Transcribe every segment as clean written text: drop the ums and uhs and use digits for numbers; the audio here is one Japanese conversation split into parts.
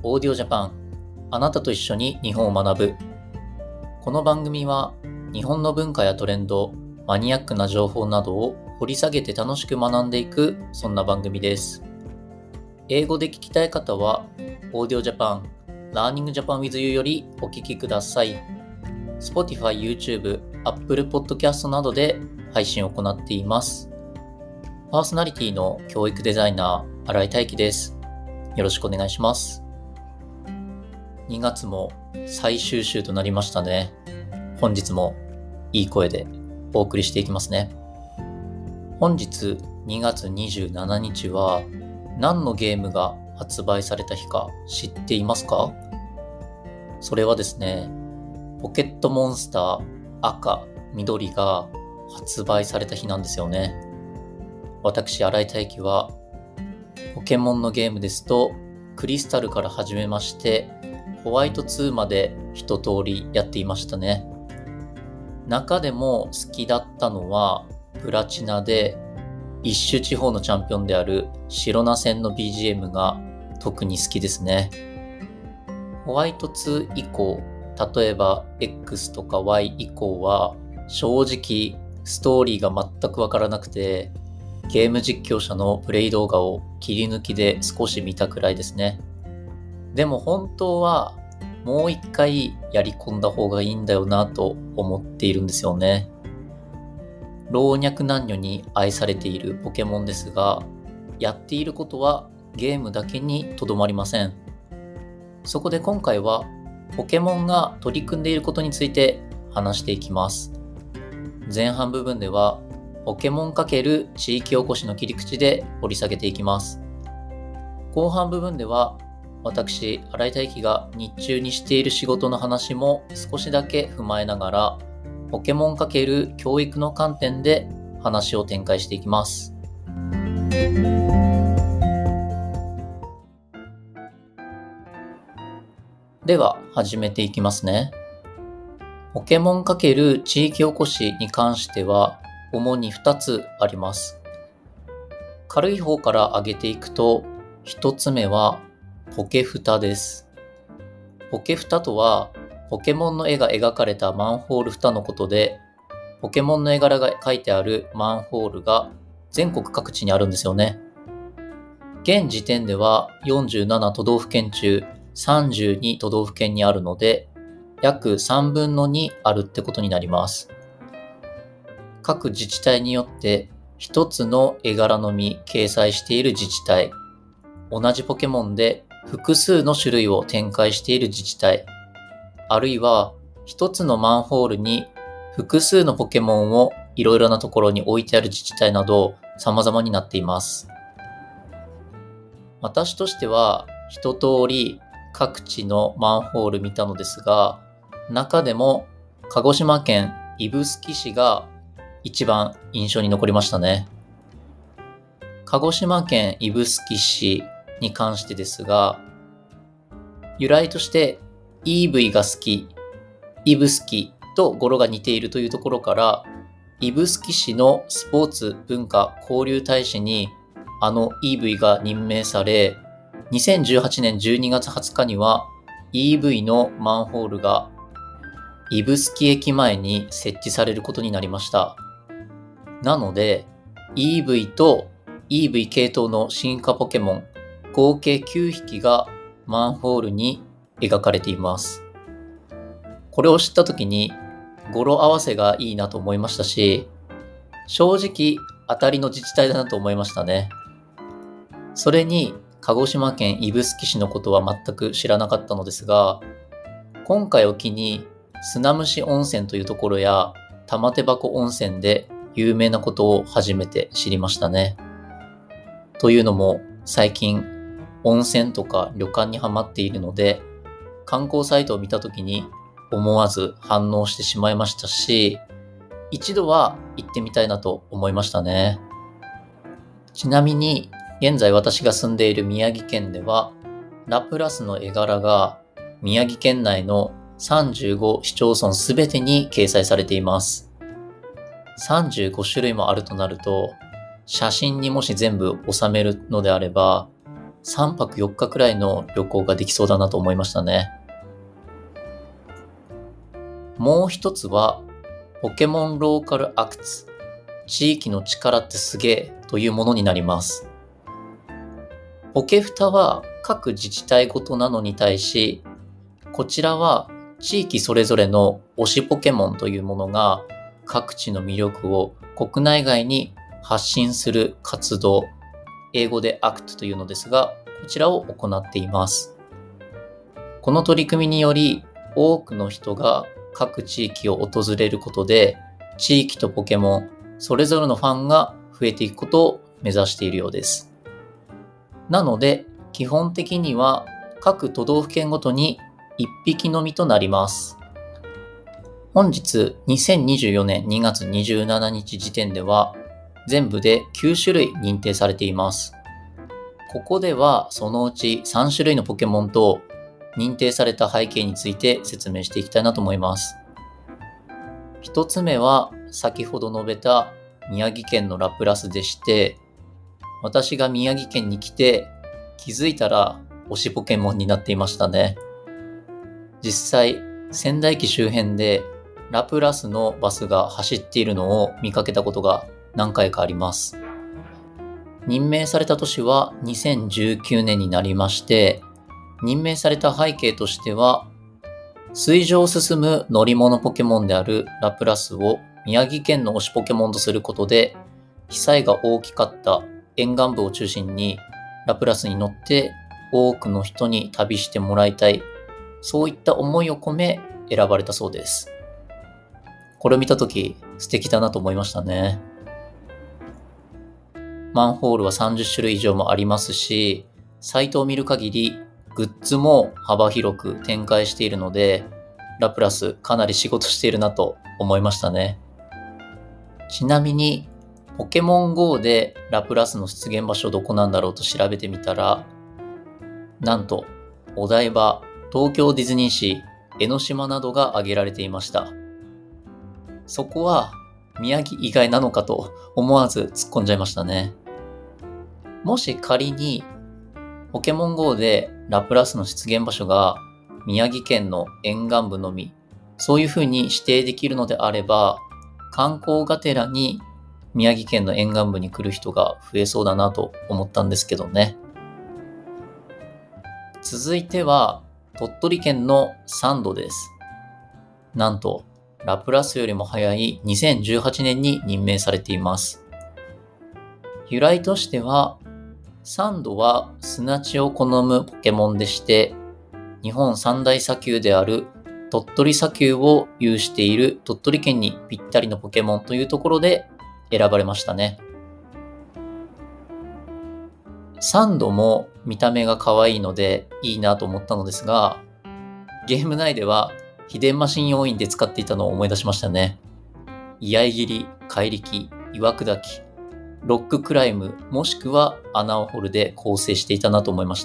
オーディオジャパン、あなたと一緒に日本を学ぶ。この番組は日本の文化やトレンド、マニアックな情報などを掘り下げて楽しく学んでいく、そんな番組です。英語で聞きたい方はオーディオジャパン、ラーニングジャパン with you よりお聞きください。Spotify、YouTube、Apple Podcast などで配信を行っています。パーソナリティの教育デザイナー、新井大輝です。よろしくお願いします。2月も最終週となりましたね。本日もいい声でお送りしていきますね。本日2月27日は何のゲームが発売された日か知っていますか？それはですね、ポケットモンスター赤、緑が発売された日なんですよね。私、新井大輝はポケモンのゲームですとクリスタルから始めましてホワイト2まで一通りやっていましたね。中でも好きだったのはプラチナで一種地方のチャンピオンである白名戦の BGM が特に好きですね。ホワイト2以降、例えば X とか Y 以降は正直ストーリーが全くわからなくてゲーム実況者のプレイ動画を切り抜きで少し見たくらいですね。でも本当はもう一回やり込んだ方がいいんだよなと思っているんですよね。老若男女に愛されているポケモンですが、やっていることはゲームだけにとどまりません。そこで今回はポケモンが取り組んでいることについて話していきます。前半部分ではポケモン×地域おこしの切り口で掘り下げていきます。後半部分では私、新井大輝が日中にしている仕事の話も少しだけ踏まえながらポケモン×教育の観点で話を展開していきます。では始めていきますね。ポケモン×地域おこしに関しては主に2つあります。軽い方から挙げていくと、1つ目はポケフタです。ポケフタとはポケモンの絵が描かれたマンホール蓋のことで、ポケモンの絵柄が描いてあるマンホールが全国各地にあるんですよね。現時点では47都道府県中32都道府県にあるので、約3分の2あるってことになります。各自治体によって一つの絵柄のみ掲載している自治体、同じポケモンで複数の種類を展開している自治体、あるいは一つのマンホールに複数のポケモンをいろいろなところに置いてある自治体など様々になっています。私としては一通り各地のマンホール見たのですが、中でも鹿児島県指宿市が一番印象に残りましたね。鹿児島県指宿市に関してですが、由来として EV が好き、指宿と語呂が似ているというところから、指宿市のスポーツ文化交流大使にあの EV が任命され、2018年12月20日には EV のマンホールが指宿駅前に設置されることになりました。なので EV と EV 系統の進化ポケモン合計9匹がマンホールに描かれています。これを知った時に語呂合わせがいいなと思いましたし、正直当たりの自治体だなと思いましたね。それに鹿児島県指宿市のことは全く知らなかったのですが、今回を機に砂むし温泉というところや玉手箱温泉で有名なことを初めて知りましたね。というのも最近温泉とか旅館にハマっているので、観光サイトを見たときに思わず反応してしまいましたし、一度は行ってみたいなと思いましたね。ちなみに現在私が住んでいる宮城県ではラプラスの絵柄が宮城県内の35市町村すべてに掲載されています。35種類もあるとなると、写真にもし全部収めるのであれば、 3泊4日くらいの旅行ができそうだなと思いましたね。もう一つは、ポケモンローカルアクツ、地域の力ってすげえというものになります。ポケフタは各自治体ごとなのに対し、こちらは地域それぞれの推しポケモンというものが各地の魅力を国内外に発信する活動、英語でアクトというのですが、こちらを行っています。この取り組みにより多くの人が各地域を訪れることで、地域とポケモンそれぞれのファンが増えていくことを目指しているようです。なので基本的には各都道府県ごとに1匹のみとなります。本日2024年2月27日時点では全部で9種類認定されています。ここではそのうち3種類のポケモンと認定された背景について説明していきたいなと思います。一つ目は先ほど述べた宮城県のラプラスでして、私が宮城県に来て気づいたら推しポケモンになっていましたね。実際仙台駅周辺でラプラスのバスが走っているのを見かけたことが何回かあります。任命された年は2019年になりまして、任命された背景としては、水上を進む乗り物ポケモンであるラプラスを宮城県の推しポケモンとすることで、被災が大きかった沿岸部を中心にラプラスに乗って多くの人に旅してもらいたい、そういった思いを込め選ばれたそうです。これを見たとき素敵だなと思いましたね。マンホールは30種類以上もありますし、サイトを見る限りグッズも幅広く展開しているので、ラプラスかなり仕事しているなと思いましたね。ちなみに、ポケモン GO でラプラスの出現場所どこなんだろうと調べてみたら、なんと、お台場、東京ディズニーシー、江ノ島などが挙げられていました。そこは宮城以外なのかと思わず突っ込んじゃいましたね。もし仮にポケモン GO でラプラスの出現場所が宮城県の沿岸部のみ、そういう風に指定できるのであれば、観光がてらに宮城県の沿岸部に来る人が増えそうだなと思ったんですけどね。続いては鳥取県のサンドです。なんとラプラスよりも早い2018年に任命されています。由来としては、サンドは砂地を好むポケモンでして、日本三大砂丘である鳥取砂丘を有している鳥取県にぴったりのポケモンというところで選ばれましたね。サンドも見た目が可愛いのでいいなと思ったのですが、ゲーム内では秘伝マシン要員で使っていたのを思い出しましたね。居合切り、怪力、岩砕き、ロッククライム、もしくは穴を掘るで構成していたなと思いました。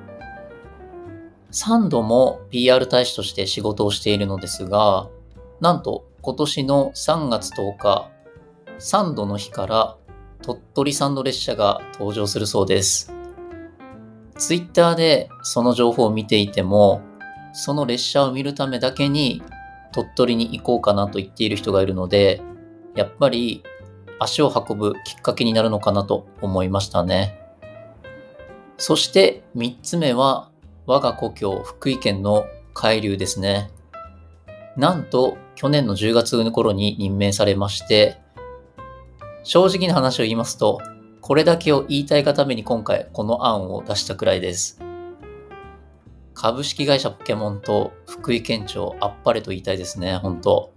サンドも PR 大使として仕事をしているのですが、なんと今年の3月10日、サンドの日から鳥取サンド列車が登場するそうです。ツイッターでその情報を見ていても、その列車を見るためだけに鳥取に行こうかなと言っている人がいるので、やっぱり足を運ぶきっかけになるのかなと思いましたね。そして3つ目は我が故郷福井県の海流ですね。なんと去年の10月の頃に任命されまして、正直な話を言いますと、これだけを言いたいがために今回この案を出したくらいです。株式会社ポケモンと福井県庁あっぱれと言いたいですね、本当。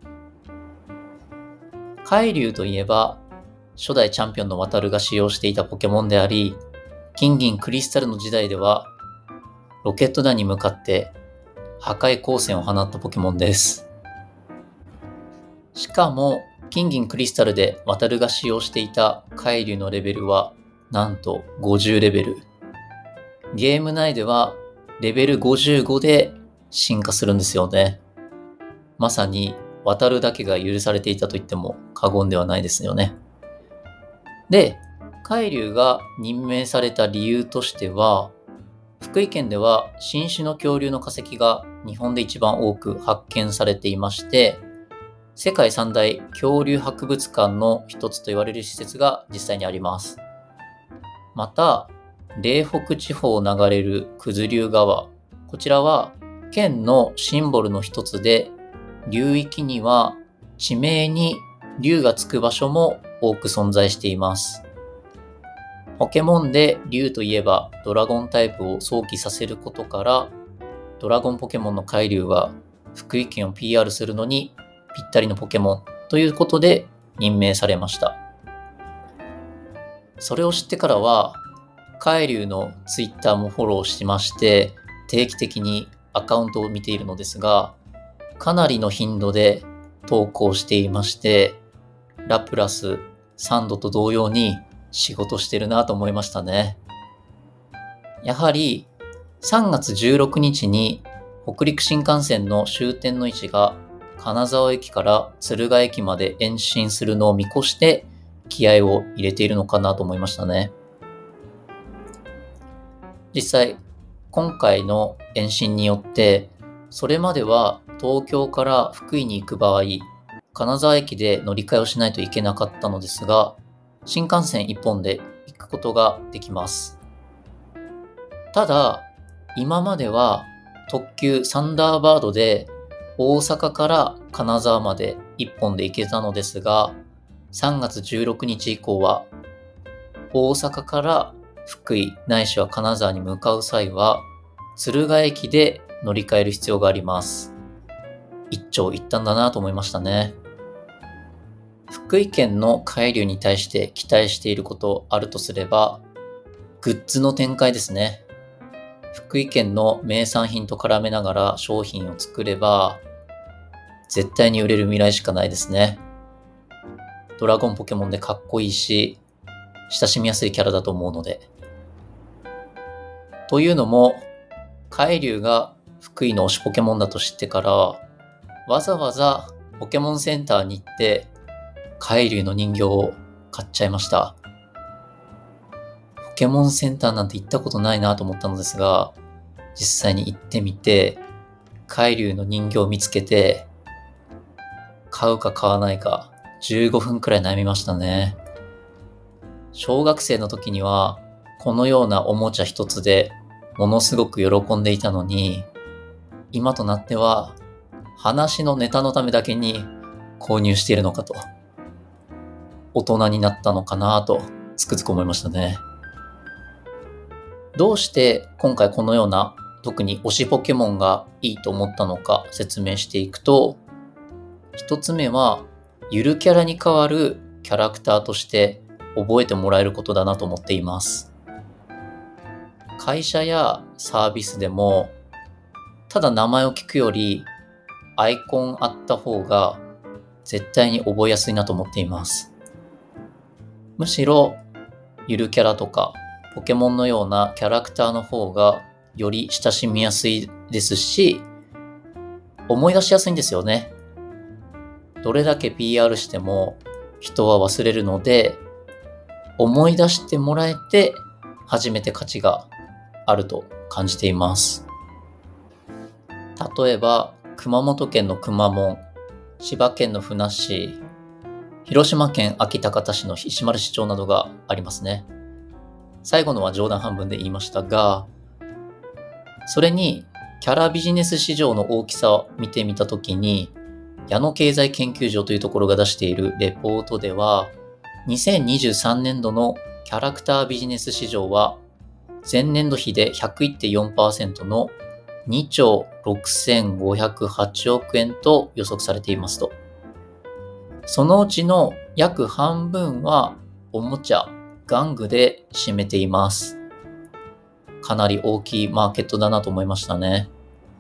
海流といえば、初代チャンピオンのワタルが使用していたポケモンであり、金銀クリスタルの時代では、ロケット弾に向かって破壊光線を放ったポケモンです。しかも、金銀クリスタルでワタルが使用していた海流のレベルは、なんと50レベル。ゲーム内では、レベル55で進化するんですよね。まさに、渡るだけが許されていたと言っても過言ではないですよね。で、海流が任命された理由としては、 福井県では新種の恐竜の化石が日本で一番多く発見されていまして、世界三大恐竜博物館の一つと言われる施設が実際にあります。また、嶺北地方を流れる九頭竜川、こちらは県のシンボルの一つで、流域には地名に竜がつく場所も多く存在しています。ポケモンで竜といえばドラゴンタイプを想起させることから、ドラゴンポケモンの海竜は福井県を PR するのにぴったりのポケモンということで任命されました。それを知ってからは、海竜のツイッターもフォローしまして、定期的にアカウントを見ているのですが、かなりの頻度で投稿していまして、ラプラス、サンドと同様に仕事してるなと思いましたね。やはり3月16日に北陸新幹線の終点の位置が金沢駅から敦賀駅まで延伸するのを見越して気合を入れているのかなと思いましたね。実際、今回の延伸によって、それまでは東京から福井に行く場合、金沢駅で乗り換えをしないといけなかったのですが、新幹線一本で行くことができます。ただ、今までは特急サンダーバードで大阪から金沢まで一本で行けたのですが、3月16日以降は大阪から福井ないしは金沢に向かう際は敦賀駅で乗り換える必要があります。一長一短だなと思いましたね。福井県の海竜に対して期待していることあるとすれば、グッズの展開ですね。福井県の名産品と絡めながら商品を作れば、絶対に売れる未来しかないですね。ドラゴンポケモンでかっこいいし、親しみやすいキャラだと思うので。というのも、海竜が福井の推しポケモンだと知ってから、わざわざポケモンセンターに行って、海竜の人形を買っちゃいました。ポケモンセンターなんて行ったことないなと思ったのですが、実際に行ってみて、海竜の人形を見つけて、買うか買わないか15分くらい悩みましたね。小学生の時には、このようなおもちゃ一つでものすごく喜んでいたのに、今となっては話のネタのためだけに購入しているのかと。大人になったのかなとつくづく思いましたね。どうして今回このような特に推しポケモンがいいと思ったのか説明していくと、一つ目はゆるキャラに代わるキャラクターとして覚えてもらえることだなと思っています。会社やサービスでもただ名前を聞くよりアイコンあった方が絶対に覚えやすいなと思っています。むしろゆるキャラとかポケモンのようなキャラクターの方がより親しみやすいですし、思い出しやすいんですよね。どれだけ PR しても人は忘れるので、思い出してもらえて初めて価値があると感じています。例えば熊本県のくまモン、千葉県のふなっしー、広島県安芸高田市の石丸市長などがありますね。最後のは冗談半分で言いましたが、それにキャラビジネス市場の大きさを見てみたときに、矢野経済研究所というところが出しているレポートでは、2023年度のキャラクタービジネス市場は前年度比で 101.4% の2兆6508億円と予測されていますと。そのうちの約半分はおもちゃ、玩具で占めています。かなり大きいマーケットだなと思いましたね。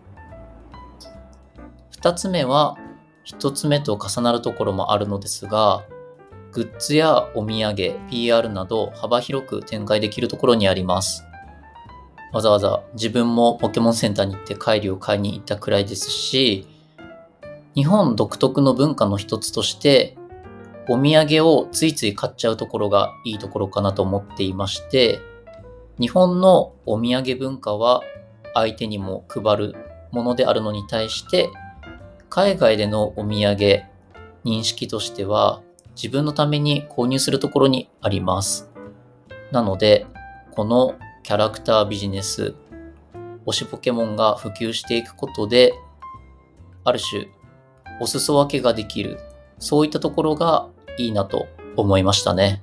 二つ目は、一つ目と重なるところもあるのですが、グッズやお土産、PR など幅広く展開できるところにあります。わざわざ自分もポケモンセンターに行って海竜を買いに行ったくらいですし、日本独特の文化の一つとして、お土産をついつい買っちゃうところがいいところかなと思っていまして、 日本のお土産文化は相手にも配るものであるのに対して、海外でのお土産認識としては自分のために購入するところにあります。なので、このキャラクタービジネス、推しポケモンが普及していくことで、ある種お裾分けができる、そういったところがいいなと思いましたね。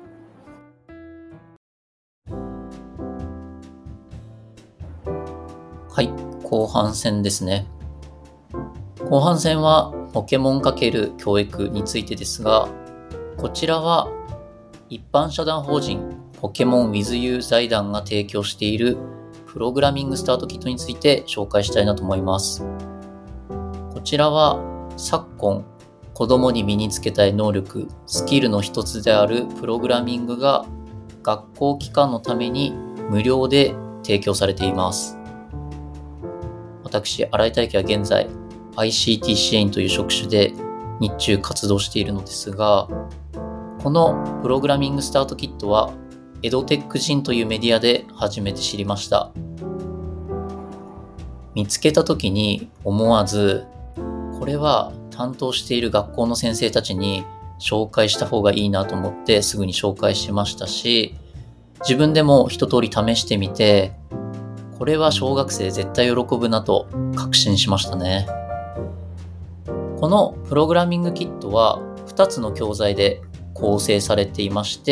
はい、後半戦ですね。後半戦はポケモン×教育についてですが、こちらは一般社団法人ポケモン WithYou 財団が提供しているプログラミングスタートキットについて紹介したいなと思います。こちらは昨今子供に身につけたい能力、スキルの一つであるプログラミングが学校機関のために無料で提供されています。私、新井大輝は現在 ICT 支援という職種で日中活動しているのですが、このプログラミングスタートキットはエドテック人というメディアで初めて知りました。見つけた時に思わず、これは担当している学校の先生たちに紹介した方がいいなと思ってすぐに紹介しましたし、自分でも一通り試してみて、これは小学生絶対喜ぶなと確信しましたね。このプログラミングキットは2つの教材で構成されていまして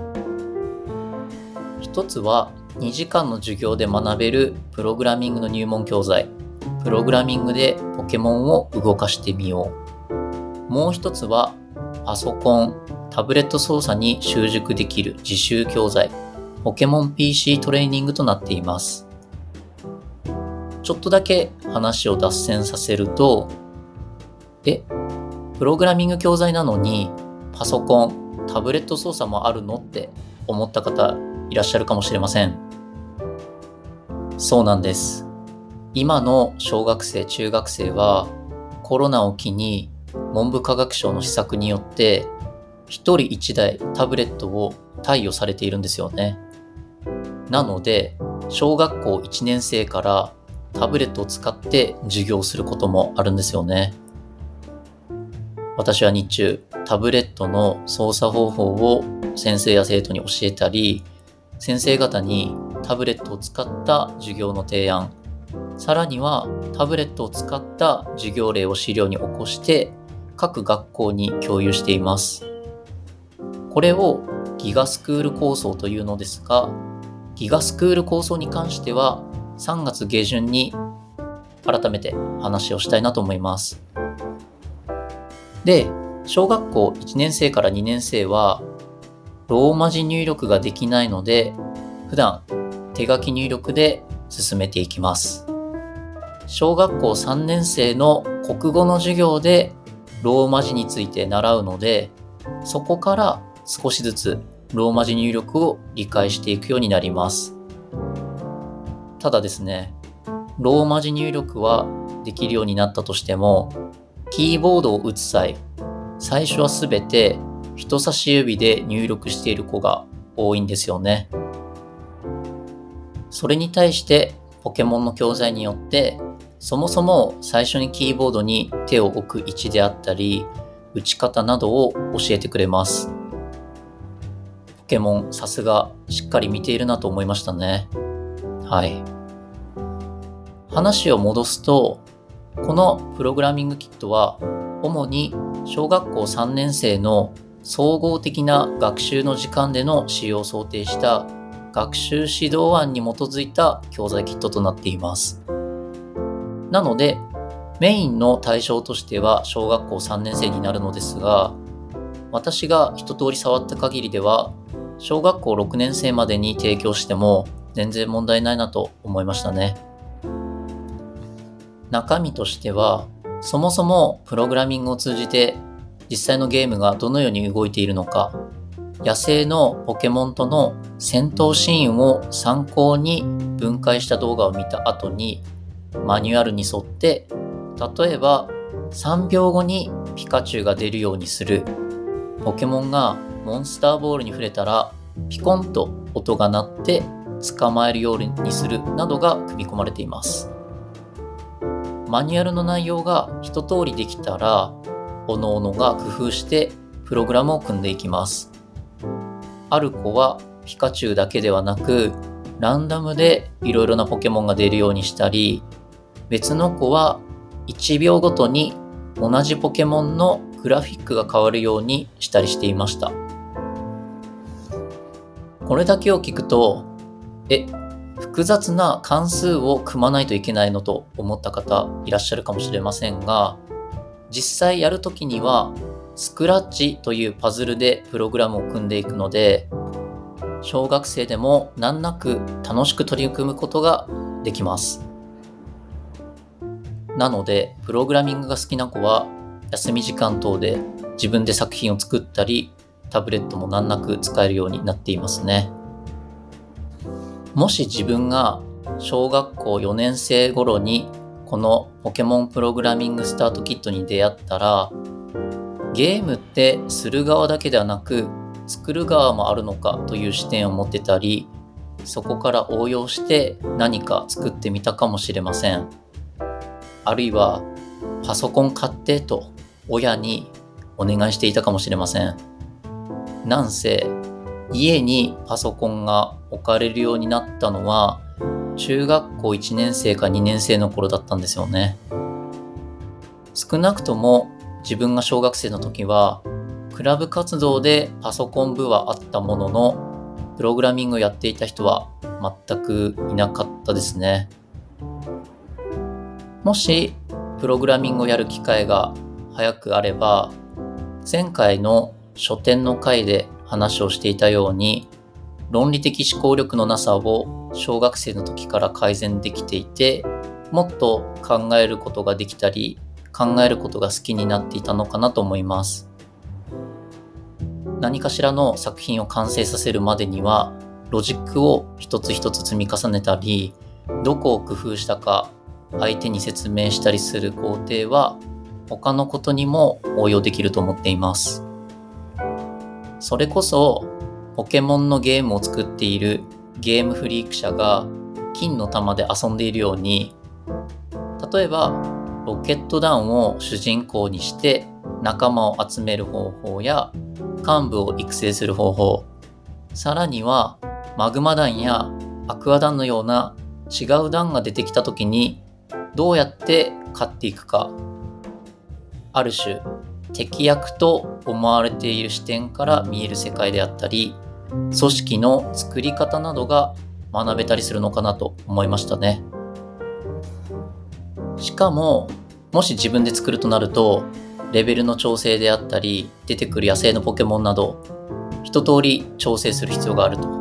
、1つは2時間の授業で学べるプログラミングの入門教材、プログラミングでポケモンを動かしてみよう。もう1つはパソコン、タブレット操作に習熟できる自習教材、ポケモン PC トレーニングとなっています。ちょっとだけ話を脱線させると、プログラミング教材なのにパソコン、タブレット操作もあるのって思った方いらっしゃるかもしれません。そうなんです。今の小学生、中学生はコロナを機に文部科学省の施策によって一人一台タブレットを貸与されているんですよね。なので、小学校1年生からタブレットを使って授業をすることもあるんですよね。私は日中、タブレットの操作方法を先生や生徒に教えたり、先生方にタブレットを使った授業の提案、さらにはタブレットを使った授業例を資料に起こして各学校に共有しています。これをギガスクール構想というのですが、ギガスクール構想に関しては3月下旬に改めて話をしたいなと思います。で、小学校1年生から2年生はローマ字入力ができないので、普段手書き入力で進めていきます。小学校3年生の国語の授業でローマ字について習うので、そこから少しずつローマ字入力を理解していくようになります。ただですね、ローマ字入力はできるようになったとしても、キーボードを打つ際、最初はすべて人差し指で入力している子が多いんですよね。それに対してポケモンの教材によって、そもそも最初にキーボードに手を置く位置であったり、打ち方などを教えてくれます。ポケモン、さすがしっかり見ているなと思いましたね。はい。話を戻すと、このプログラミングキットは主に小学校3年生の総合的な学習の時間での使用を想定した学習指導案に基づいた教材キットとなっています。なので、メインの対象としては小学校3年生になるのですが、私が一通り触った限りでは、小学校6年生までに提供しても全然問題ないなと思いましたね。中身としては、そもそもプログラミングを通じて実際のゲームがどのように動いているのか、野生のポケモンとの戦闘シーンを参考に分解した動画を見た後に、マニュアルに沿って、例えば3秒後にピカチュウが出るようにする、ポケモンがモンスターボールに触れたらピコンと音が鳴って捕まえるようにするなどが組み込まれています。マニュアルの内容が一通りできたら、各々が工夫してプログラムを組んでいきます。ある子はピカチュウだけではなく、ランダムでいろいろなポケモンが出るようにしたり、別の子は1秒ごとに同じポケモンのグラフィックが変わるようにしたりしていました。これだけを聞くと、複雑な関数を組まないといけないのと思った方いらっしゃるかもしれませんが、実際やるときにはスクラッチというパズルでプログラムを組んでいくので、小学生でも難なく楽しく取り組むことができます。なので、プログラミングが好きな子は休み時間等で自分で作品を作ったり、タブレットも難なく使えるようになっていますね。もし自分が小学校4年生頃にこのポケモンプログラミングスタートキットに出会ったら、ゲームってする側だけではなく作る側もあるのかという視点を持ってたり、そこから応用して何か作ってみたかもしれません。あるいはパソコン買ってと親にお願いしていたかもしれません。なんせ家にパソコンが置かれるようになったのは中学校1年生か2年生の頃だったんですよね。少なくとも自分が小学生の時はクラブ活動でパソコン部はあったものの、プログラミングをやっていた人は全くいなかったですね。もしプログラミングをやる機会が早くあれば、前回の書店の回で話をしていたように、論理的思考力のなさを小学生の時から改善できていて、もっと考えることができたり、考えることが好きになっていたのかなと思います。何かしらの作品を完成させるまでには、ロジックを一つ一つ積み重ねたり、どこを工夫したか相手に説明したりする工程は、他のことにも応用できると思っています。それこそポケモンのゲームを作っているゲームフリーク社が金の玉で遊んでいるように、例えばロケット団を主人公にして仲間を集める方法や幹部を育成する方法、さらにはマグマ団やアクア団のような違う団が出てきた時にどうやって勝っていくか、ある種敵役と思われている視点から見える世界であったり、組織の作り方などが学べたりするのかなと思いましたね。しかも、もし自分で作るとなると、レベルの調整であったり、出てくる野生のポケモンなど、一通り調整する必要があると。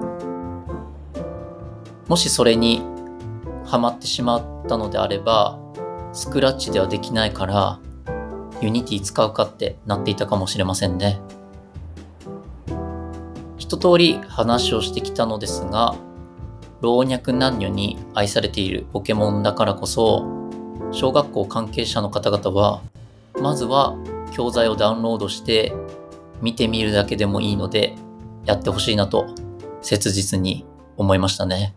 もしそれにハマってしまったのであれば、スクラッチではできないから、ユニティ使うかってなっていたかもしれませんね。一通り話をしてきたのですが、老若男女に愛されているポケモンだからこそ、小学校関係者の方々は、まずは教材をダウンロードして見てみるだけでもいいので、やってほしいなと切実に思いましたね。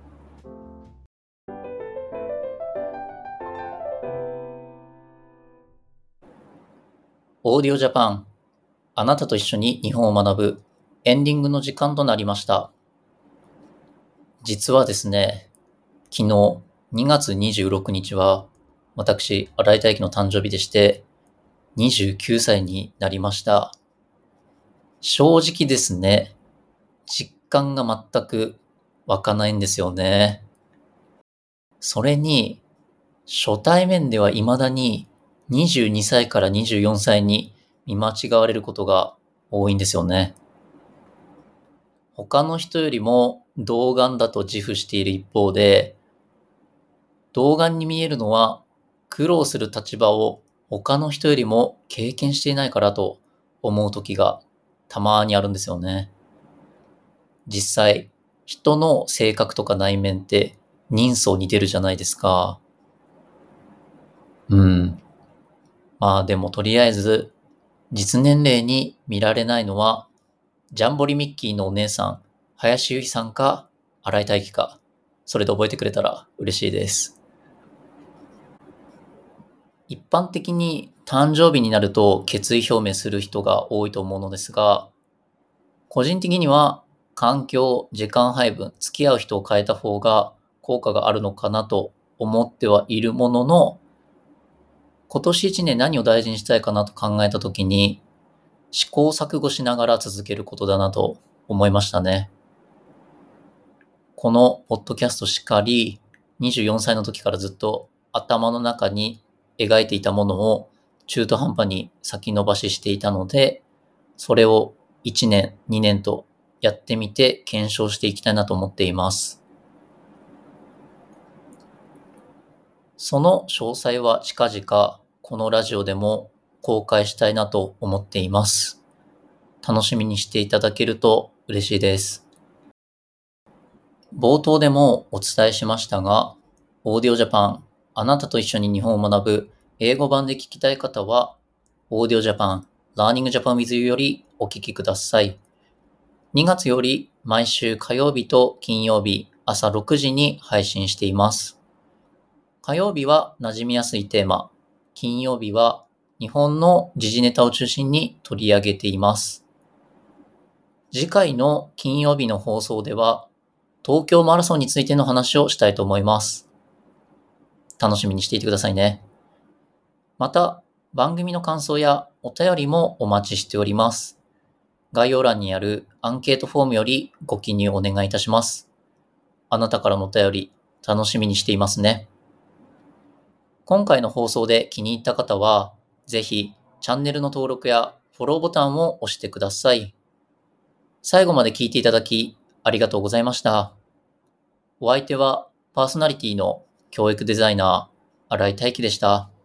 オーディオジャパン、あなたと一緒に日本を学ぶエンディングの時間となりました。実はですね、昨日2月26日は私、新井大輝の誕生日でして29歳になりました。正直ですね、実感が全く湧かないんですよね。それに、初対面では未だに22歳から24歳に見間違われることが多いんですよね。他の人よりも童顔だと自負している一方で、童顔に見えるのは苦労する立場を他の人よりも経験していないからと思う時がたまにあるんですよね。実際、人の性格とか内面って人相に出るじゃないですか。まあでもとりあえず、実年齢に見られないのは、ジャンボリミッキーのお姉さん、林由衣さんか、 新井大輝か。それで覚えてくれたら嬉しいです。一般的に誕生日になると決意表明する人が多いと思うのですが、個人的には環境、時間配分、付き合う人を変えた方が効果があるのかなと思ってはいるものの、今年1年何を大事にしたいかなと考えたときに、試行錯誤しながら続けることだなと思いましたね。このポッドキャストしかり、24歳の時からずっと頭の中に描いていたものを中途半端に先延ばししていたので、それを1年、2年とやってみて検証していきたいなと思っています。その詳細は近々このラジオでも公開したいなと思っています。楽しみにしていただけると嬉しいです。冒頭でもお伝えしましたが、オーディオジャパン、あなたと一緒に日本を学ぶ英語版で聞きたい方は、オーディオジャパン、Learning Japan with You よりお聞きください。2月より毎週火曜日と金曜日朝6時に配信しています。火曜日は馴染みやすいテーマ、金曜日は日本の時事ネタを中心に取り上げています。次回の金曜日の放送では、東京マラソンについての話をしたいと思います。楽しみにしていてくださいね。また、番組の感想やお便りもお待ちしております。概要欄にあるアンケートフォームよりご記入お願いいたします。あなたからのお便り、楽しみにしていますね。今回の放送で気に入った方は、ぜひチャンネルの登録やフォローボタンを押してください。最後まで聞いていただきありがとうございました。お相手はパーソナリティの教育デザイナー、新井大輝でした。